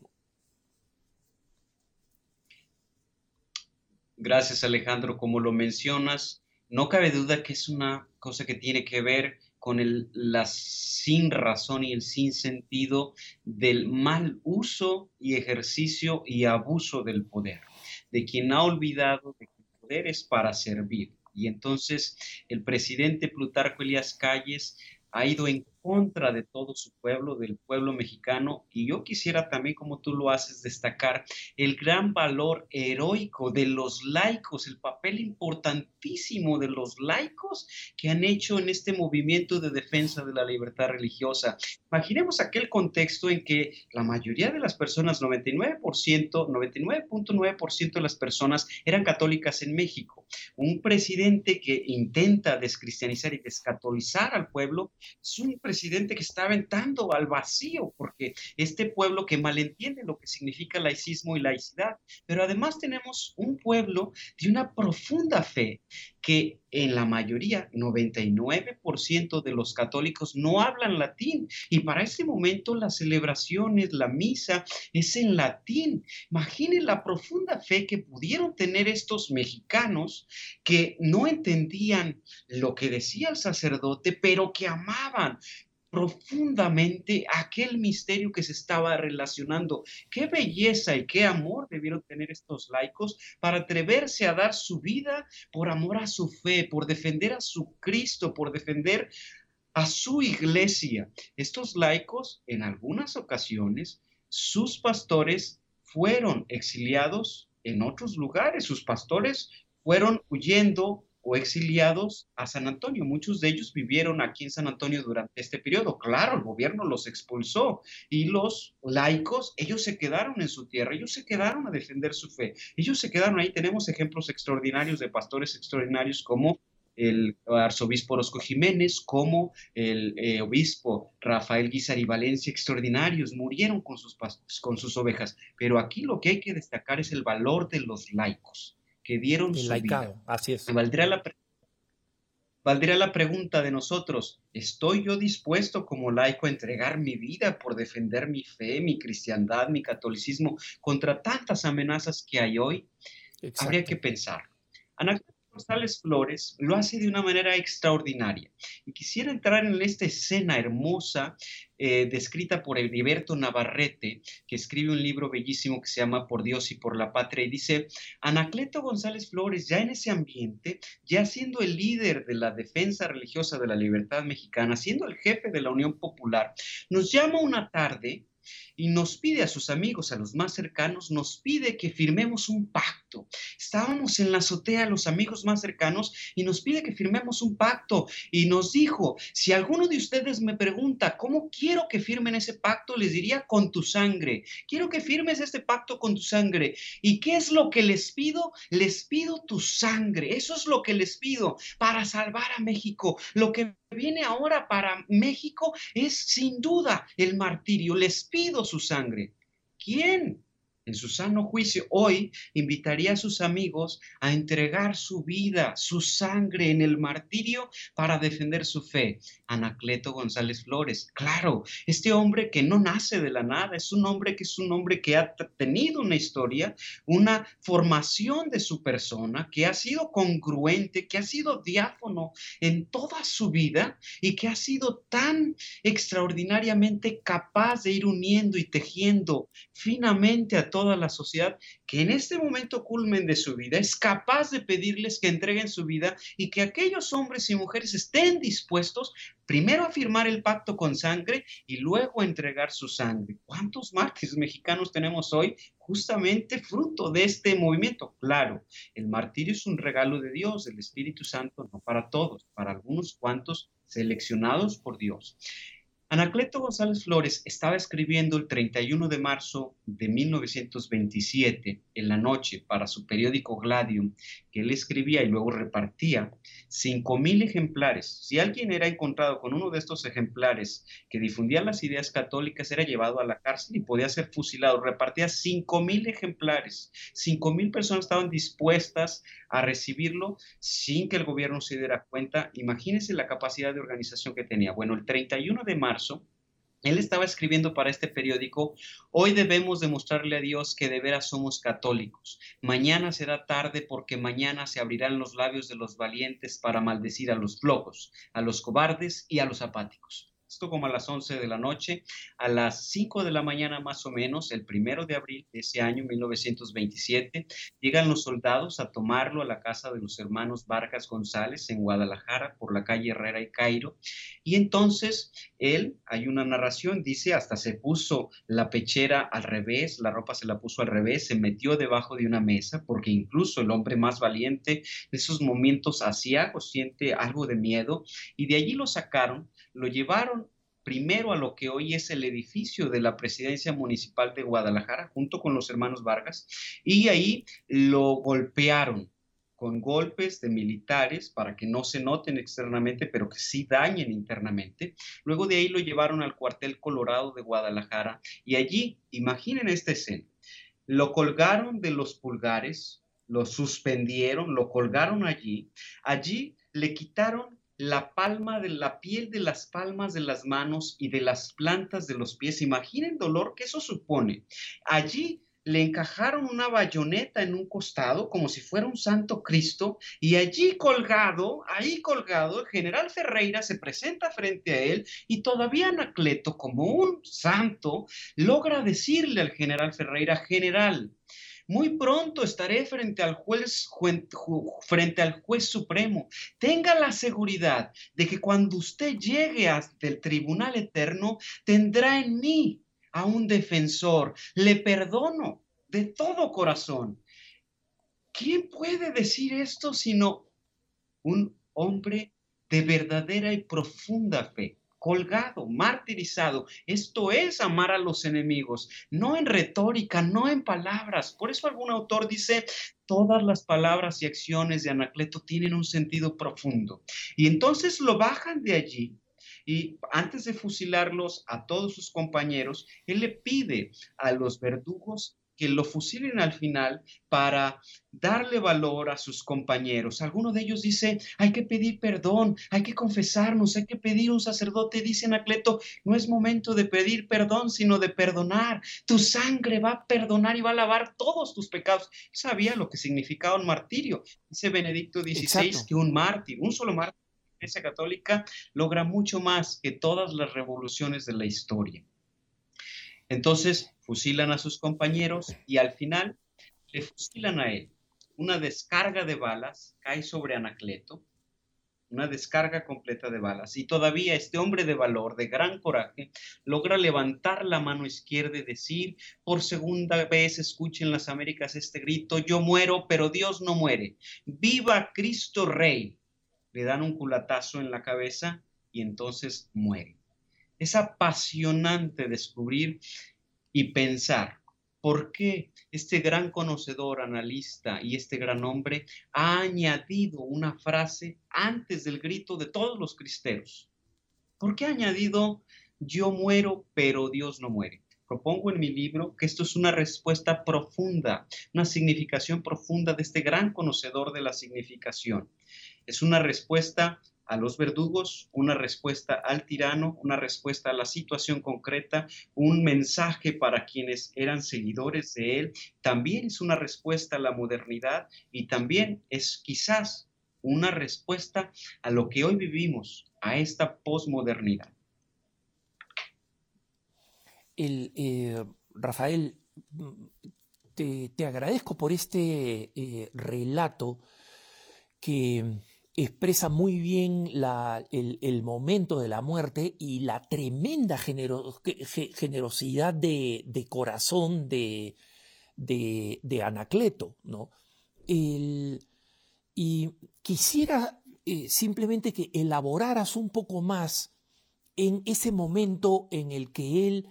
Gracias, Alejandro. Como lo mencionas, no cabe duda que es una cosa que tiene que ver con el, la sin razón y el sin sentido del mal uso y ejercicio y abuso del poder, de quien ha olvidado de que el poder es para servir. Y entonces el presidente Plutarco Elías Calles ha ido en contra de todo su pueblo, del pueblo mexicano, y yo quisiera también, como tú lo haces, destacar el gran valor heroico de los laicos, el papel importantísimo de los laicos que han hecho en este movimiento de defensa de la libertad religiosa. Imaginemos aquel contexto en que la mayoría de las personas, noventa y nueve por ciento, noventa y nueve punto nueve por ciento de las personas eran católicas en México. Un presidente que intenta descristianizar y descatolizar al pueblo es un presidente que está aventando al vacío, porque este pueblo que malentiende lo que significa laicismo y laicidad, pero además tenemos un pueblo de una profunda fe que en la mayoría, noventa y nueve por ciento de los católicos no hablan latín, y para ese momento las celebraciones, la misa es en latín. Imaginen la profunda fe que pudieron tener estos mexicanos que no entendían lo que decía el sacerdote, pero que amaban profundamente aquel misterio que se estaba relacionando. Qué belleza y qué amor debieron tener estos laicos para atreverse a dar su vida por amor a su fe, por defender a su Cristo, por defender a su iglesia. Estos laicos, en algunas ocasiones, sus pastores fueron exiliados en otros lugares. Sus pastores fueron huyendo o exiliados a San Antonio. Muchos de ellos vivieron aquí en San Antonio durante este periodo. Claro, el gobierno los expulsó, y los laicos, ellos se quedaron en su tierra, ellos se quedaron a defender su fe, ellos se quedaron ahí. Tenemos ejemplos extraordinarios de pastores extraordinarios como el arzobispo Orozco Jiménez, como el eh, obispo Rafael Guízar y Valencia, extraordinarios, murieron con sus, con sus ovejas. Pero aquí lo que hay que destacar es el valor de los laicos, que dieron el su laicado, vida. así es. Valdría la, valdría la pregunta de nosotros: ¿estoy yo dispuesto como laico a entregar mi vida por defender mi fe, mi cristiandad, mi catolicismo contra tantas amenazas que hay hoy? Exacto. Habría que pensar. Anacleto González Flores lo hace de una manera extraordinaria, y quisiera entrar en esta escena hermosa eh, descrita por Heriberto Navarrete, que escribe un libro bellísimo que se llama Por Dios y por la Patria, y dice: Anacleto González Flores, ya en ese ambiente, ya siendo el líder de la defensa religiosa de la libertad mexicana, siendo el jefe de la Unión Popular, nos llama una tarde y nos pide a sus amigos, a los más cercanos, nos pide que firmemos un pacto. Estábamos en la azotea, los amigos más cercanos, y nos pide que firmemos un pacto, y nos dijo: si alguno de ustedes me pregunta cómo quiero que firmen ese pacto, les diría: con tu sangre. Quiero que firmes este pacto con tu sangre. ¿Y qué es lo que les pido? Les pido tu sangre. Eso es lo que les pido para salvar a México. Lo que viene ahora para México es sin duda el martirio. Les pido su sangre. ¿Quién, en su sano juicio, hoy invitaría a sus amigos a entregar su vida, su sangre en el martirio para defender su fe? Anacleto González Flores. Claro, este hombre que no nace de la nada, es un hombre que es un hombre que ha tenido una historia, una formación de su persona, que ha sido congruente, que ha sido diáfano en toda su vida, y que ha sido tan extraordinariamente capaz de ir uniendo y tejiendo finamente a toda la sociedad, que en este momento culmen de su vida es capaz de pedirles que entreguen su vida y que aquellos hombres y mujeres estén dispuestos primero a firmar el pacto con sangre y luego a entregar su sangre. ¿Cuántos mártires mexicanos tenemos hoy? Justamente fruto de este movimiento. Claro, el martirio es un regalo de Dios, del Espíritu Santo, no para todos, para algunos cuantos seleccionados por Dios. Anacleto González Flores estaba escribiendo el treinta y uno de marzo de mil novecientos veintisiete, en la noche, para su periódico Gladium, que él escribía y luego repartía cinco mil ejemplares. Si alguien era encontrado con uno de estos ejemplares que difundían las ideas católicas, era llevado a la cárcel y podía ser fusilado. Repartía cinco mil ejemplares. cinco mil personas estaban dispuestas a recibirlo sin que el gobierno se diera cuenta. Imagínense la capacidad de organización que tenía. Bueno, el treinta y uno de marzo, él estaba escribiendo para este periódico: hoy debemos demostrarle a Dios que de veras somos católicos. Mañana será tarde, porque mañana se abrirán los labios de los valientes para maldecir a los flojos, a los cobardes y a los apáticos. Esto como a las once de la noche. A las cinco de la mañana más o menos, el primero de abril de ese año, mil novecientos veintisiete, llegan los soldados a tomarlo a la casa de los hermanos Vargas González en Guadalajara, por la calle Herrera y Cairo. Y entonces él, hay una narración, dice, hasta se puso la pechera al revés, la ropa se la puso al revés, se metió debajo de una mesa, porque incluso el hombre más valiente en esos momentos aciago siente algo de miedo, y de allí lo sacaron, lo llevaron primero a lo que hoy es el edificio de la Presidencia Municipal de Guadalajara, junto con los hermanos Vargas, y ahí lo golpearon con golpes de militares para que no se noten externamente, pero que sí dañen internamente. Luego de ahí lo llevaron al cuartel Colorado de Guadalajara, y allí, imaginen esta escena, lo colgaron de los pulgares, lo suspendieron, lo colgaron allí, allí le quitaron la palma de la piel de las palmas de las manos y de las plantas de los pies. Imaginen el dolor que eso supone. Allí le encajaron una bayoneta en un costado como si fuera un santo Cristo, y allí colgado, ahí colgado, el general Ferreira se presenta frente a él, y todavía Anacleto, como un santo, logra decirle al general Ferreira: general, muy pronto estaré frente al juez, frente al juez supremo. Tenga la seguridad de que cuando usted llegue hasta el tribunal eterno, tendrá en mí a un defensor. Le perdono de todo corazón. ¿Quién puede decir esto sino un hombre de verdadera y profunda fe? Colgado, martirizado. Esto es amar a los enemigos, no en retórica, no en palabras. Por eso algún autor dice: todas las palabras y acciones de Anacleto tienen un sentido profundo. Y entonces lo bajan de allí, y antes de fusilarlos a todos sus compañeros, él le pide a los verdugos que lo fusilen al final para darle valor a sus compañeros. Alguno de ellos dice: hay que pedir perdón, hay que confesarnos, hay que pedir un sacerdote. Dice Anacleto: no es momento de pedir perdón, sino de perdonar. Tu sangre va a perdonar y va a lavar todos tus pecados. Sabía lo que significaba un martirio. Dice Benedicto dieciséis Exacto. que un mártir, un solo mártir de la Iglesia Católica, logra mucho más que todas las revoluciones de la historia. Entonces fusilan a sus compañeros y al final le fusilan a él. Una descarga de balas cae sobre Anacleto, una descarga completa de balas, y todavía este hombre de valor, de gran coraje, logra levantar la mano izquierda y decir: por segunda vez escuchen las Américas este grito: yo muero, pero Dios no muere. ¡Viva Cristo Rey! Le dan un culatazo en la cabeza y entonces muere. Es apasionante descubrir y pensar por qué este gran conocedor, analista y este gran hombre ha añadido una frase antes del grito de todos los cristeros. ¿Por qué ha añadido: yo muero, pero Dios no muere? Propongo en mi libro que esto es una respuesta profunda, una significación profunda de este gran conocedor de la significación. Es una respuesta a los verdugos, una respuesta al tirano, una respuesta a la situación concreta, un mensaje para quienes eran seguidores de él. También es una respuesta a la modernidad, y también es quizás una respuesta a lo que hoy vivimos, a esta posmodernidad. El, eh, Rafael, te, te agradezco por este eh, relato que expresa muy bien la, el, el momento de la muerte y la tremenda genero, ge, generosidad de, de corazón de, de, de Anacleto, ¿no? El, y quisiera eh, simplemente que elaboraras un poco más en ese momento en el que él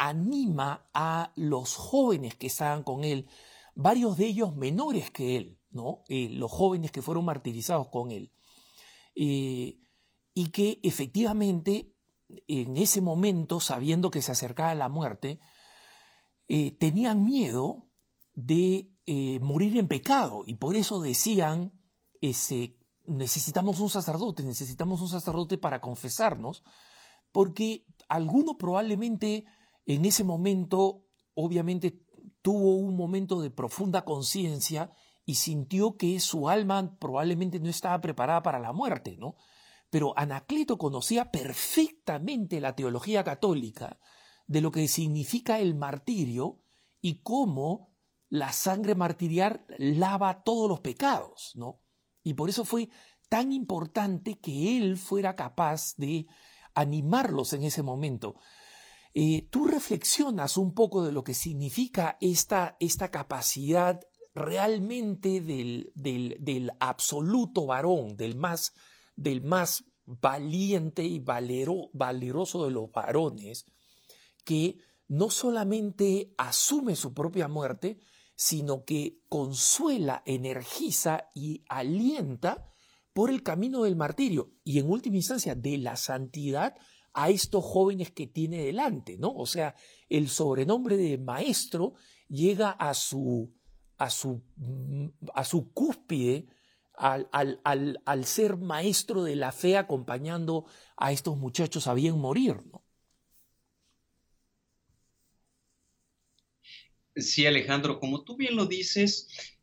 anima a los jóvenes que estaban con él, varios de ellos menores que él, ¿no? Eh, los jóvenes que fueron martirizados con él. Eh, y que efectivamente en ese momento, sabiendo que se acercaba la muerte, eh, tenían miedo de eh, morir en pecado, y por eso decían, ese, necesitamos un sacerdote, necesitamos un sacerdote para confesarnos, porque alguno probablemente en ese momento, obviamente, tuvo un momento de profunda conciencia y sintió que su alma probablemente no estaba preparada para la muerte, ¿no? Pero Anacleto conocía perfectamente la teología católica de lo que significa el martirio y cómo la sangre martirial lava todos los pecados, ¿no? Y por eso fue tan importante que él fuera capaz de animarlos en ese momento. Eh, tú reflexionas un poco de lo que significa esta, esta capacidad realmente del, del, del absoluto varón, del más, del más valiente y valero, valeroso de los varones, que no solamente asume su propia muerte, sino que consuela, energiza y alienta por el camino del martirio y en última instancia de la santidad a estos jóvenes que tiene delante, ¿no? O sea, el sobrenombre de maestro llega a su, a su, a su cúspide al, al, al, al ser maestro de la fe acompañando a estos muchachos a bien morir, ¿no? Sí, Alejandro, como tú bien lo dices,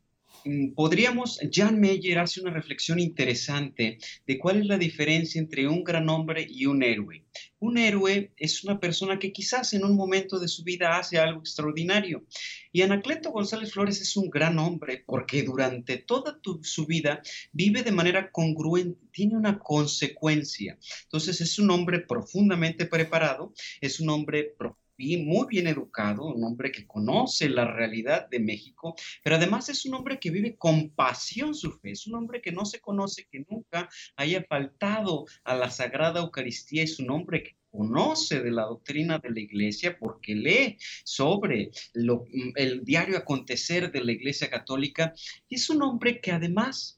podríamos, Jan Meyer hace una reflexión interesante de cuál es la diferencia entre un gran hombre y un héroe. Un héroe es una persona que quizás en un momento de su vida hace algo extraordinario. Y Anacleto González Flores es un gran hombre porque durante toda tu, su vida vive de manera congruente, tiene una consecuencia. Entonces es un hombre profundamente preparado, es un hombre profundamente y muy bien educado, un hombre que conoce la realidad de México, pero además es un hombre que vive con pasión su fe, es un hombre que no se conoce, que nunca haya faltado a la Sagrada Eucaristía, es un hombre que conoce de la doctrina de la Iglesia porque lee sobre lo, el diario acontecer de la Iglesia Católica, y es un hombre que además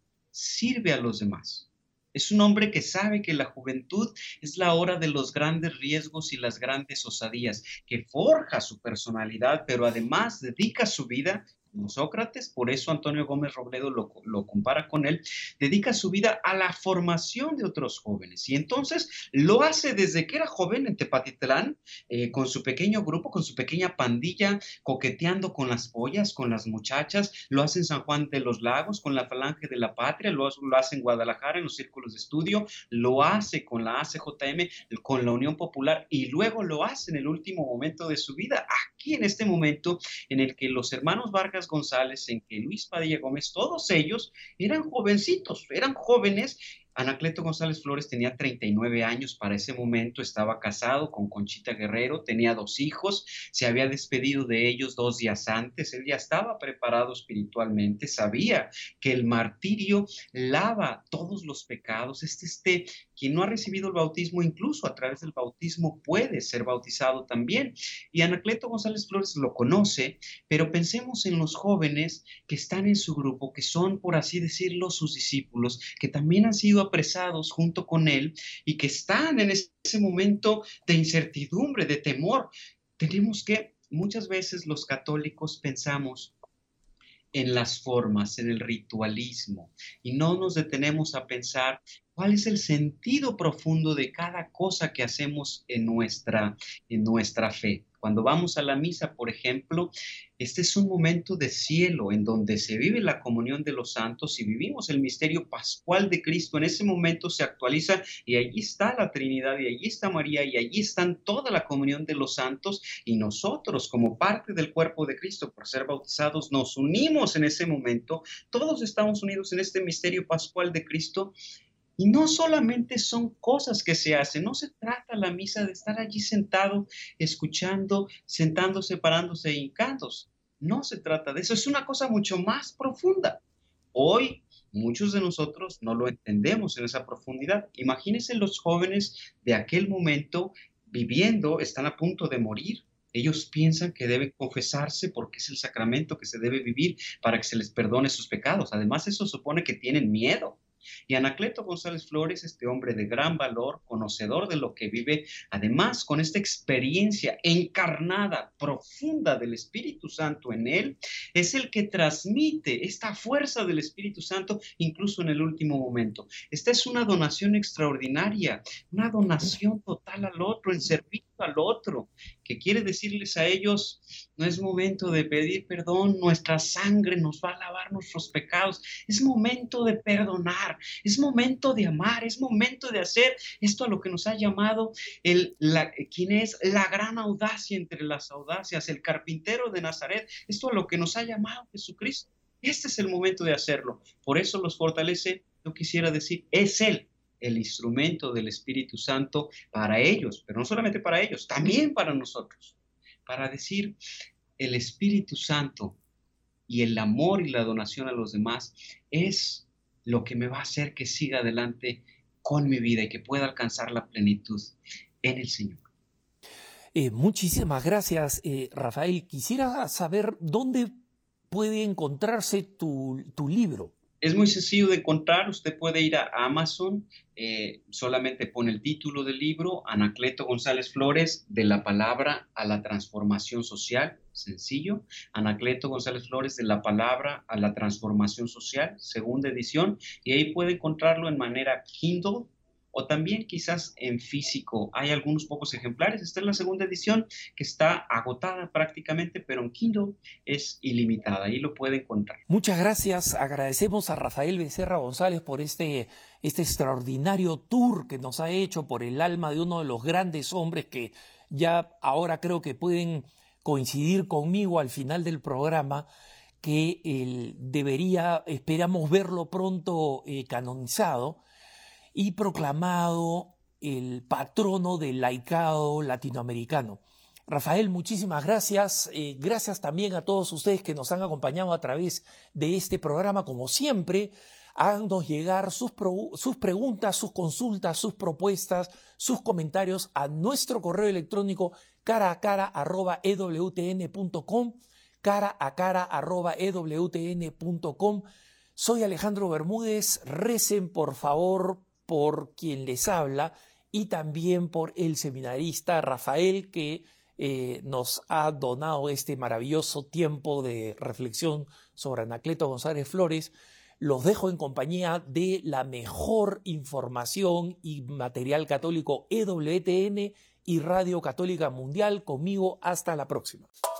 sirve a los demás. Es un hombre que sabe que la juventud es la hora de los grandes riesgos y las grandes osadías, que forja su personalidad, pero además dedica su vida, como Sócrates, por eso Antonio Gómez Robledo lo, lo compara con él, dedica su vida a la formación de otros jóvenes. Y entonces lo hace desde que era joven en Tepatitlán, eh, con su pequeño grupo, con su pequeña pandilla, coqueteando con las pollas, con las muchachas, lo hace en San Juan de los Lagos, con la Falange de la Patria, lo, lo hace en Guadalajara, en los círculos de estudio, lo hace con la A C J M, con la Unión Popular, y luego lo hace en el último momento de su vida, aquí en este momento en el que los hermanos Vargas González, en que Luis Padilla Gómez, todos ellos eran jovencitos, eran jóvenes. Anacleto González Flores tenía treinta y nueve años para ese momento, estaba casado con Conchita Guerrero, tenía dos hijos, se había despedido de ellos dos días antes, él ya estaba preparado espiritualmente, sabía que el martirio lava todos los pecados. Este, este, quien no ha recibido el bautismo, incluso a través del bautismo puede ser bautizado también. Y Anacleto González Flores lo conoce, pero pensemos en los jóvenes que están en su grupo, que son, por así decirlo, sus discípulos, que también han sido apresados junto con él y que están en ese momento de incertidumbre, de temor. Tenemos que, muchas veces los católicos pensamos en las formas, en el ritualismo, y no nos detenemos a pensar cuál es el sentido profundo de cada cosa que hacemos en nuestra, en nuestra fe. Cuando vamos a la misa, por ejemplo, este es un momento de cielo en donde se vive la comunión de los santos y vivimos el misterio pascual de Cristo. En ese momento se actualiza y allí está la Trinidad y allí está María y allí están toda la comunión de los santos, y nosotros como parte del cuerpo de Cristo, por ser bautizados, nos unimos en ese momento. Todos estamos unidos en este misterio pascual de Cristo. Y no solamente son cosas que se hacen, no se trata la misa de estar allí sentado, escuchando, sentándose, parándose e hincándose. No se trata de eso, es una cosa mucho más profunda. Hoy muchos de nosotros no lo entendemos en esa profundidad. Imagínense los jóvenes de aquel momento viviendo, están a punto de morir. Ellos piensan que deben confesarse porque es el sacramento que se debe vivir para que se les perdone sus pecados. Además, eso supone que tienen miedo. Y Anacleto González Flores, este hombre de gran valor, conocedor de lo que vive, además con esta experiencia encarnada, profunda del Espíritu Santo en él, es el que transmite esta fuerza del Espíritu Santo incluso en el último momento. Esta es una donación extraordinaria, una donación total al otro, en servicio al otro, que quiere decirles a ellos: no es momento de pedir perdón, nuestra sangre nos va a lavar nuestros pecados, es momento de perdonar, es momento de amar, es momento de hacer esto a lo que nos ha llamado el, la, quien es la gran audacia entre las audacias, el carpintero de Nazaret, esto a lo que nos ha llamado Jesucristo. Este es el momento de hacerlo, por eso los fortalece. Yo quisiera decir, es Él el instrumento del Espíritu Santo para ellos, pero no solamente para ellos, también para nosotros, para decir: el Espíritu Santo y el amor y la donación a los demás es lo que me va a hacer que siga adelante con mi vida y que pueda alcanzar la plenitud en el Señor. Eh, muchísimas gracias, eh, Rafael. Quisiera saber dónde puede encontrarse tu, tu libro. Es muy sencillo de encontrar. Usted puede ir a Amazon, eh, solamente pone el título del libro, Anacleto González Flores, de la palabra a la transformación social, sencillo. Anacleto González Flores, de la palabra a la transformación social, segunda edición, y ahí puede encontrarlo en manera Kindle, o también quizás en físico. Hay algunos pocos ejemplares. Esta es la segunda edición, que está agotada prácticamente, pero en Kindle es ilimitada. Ahí lo puede encontrar. Muchas gracias. Agradecemos a Rafael Becerra González por este, este extraordinario tour que nos ha hecho por el alma de uno de los grandes hombres que ya ahora creo que pueden coincidir conmigo al final del programa, que él debería, esperamos verlo pronto eh, canonizado y proclamado el patrono del laicado latinoamericano. Rafael, muchísimas gracias. Eh, gracias también a todos ustedes que nos han acompañado a través de este programa. Como siempre, háganos llegar sus, pro, sus preguntas, sus consultas, sus propuestas, sus comentarios a nuestro correo electrónico cara a cara arroba e w t n punto com, cara a cara arroba e w t n punto com. Soy Alejandro Bermúdez. Recen, por favor, por quien les habla y también por el seminarista Rafael, que eh, nos ha donado este maravilloso tiempo de reflexión sobre Anacleto González Flores. Los dejo en compañía de la mejor información y material católico E W T N y Radio Católica Mundial. Conmigo, hasta la próxima.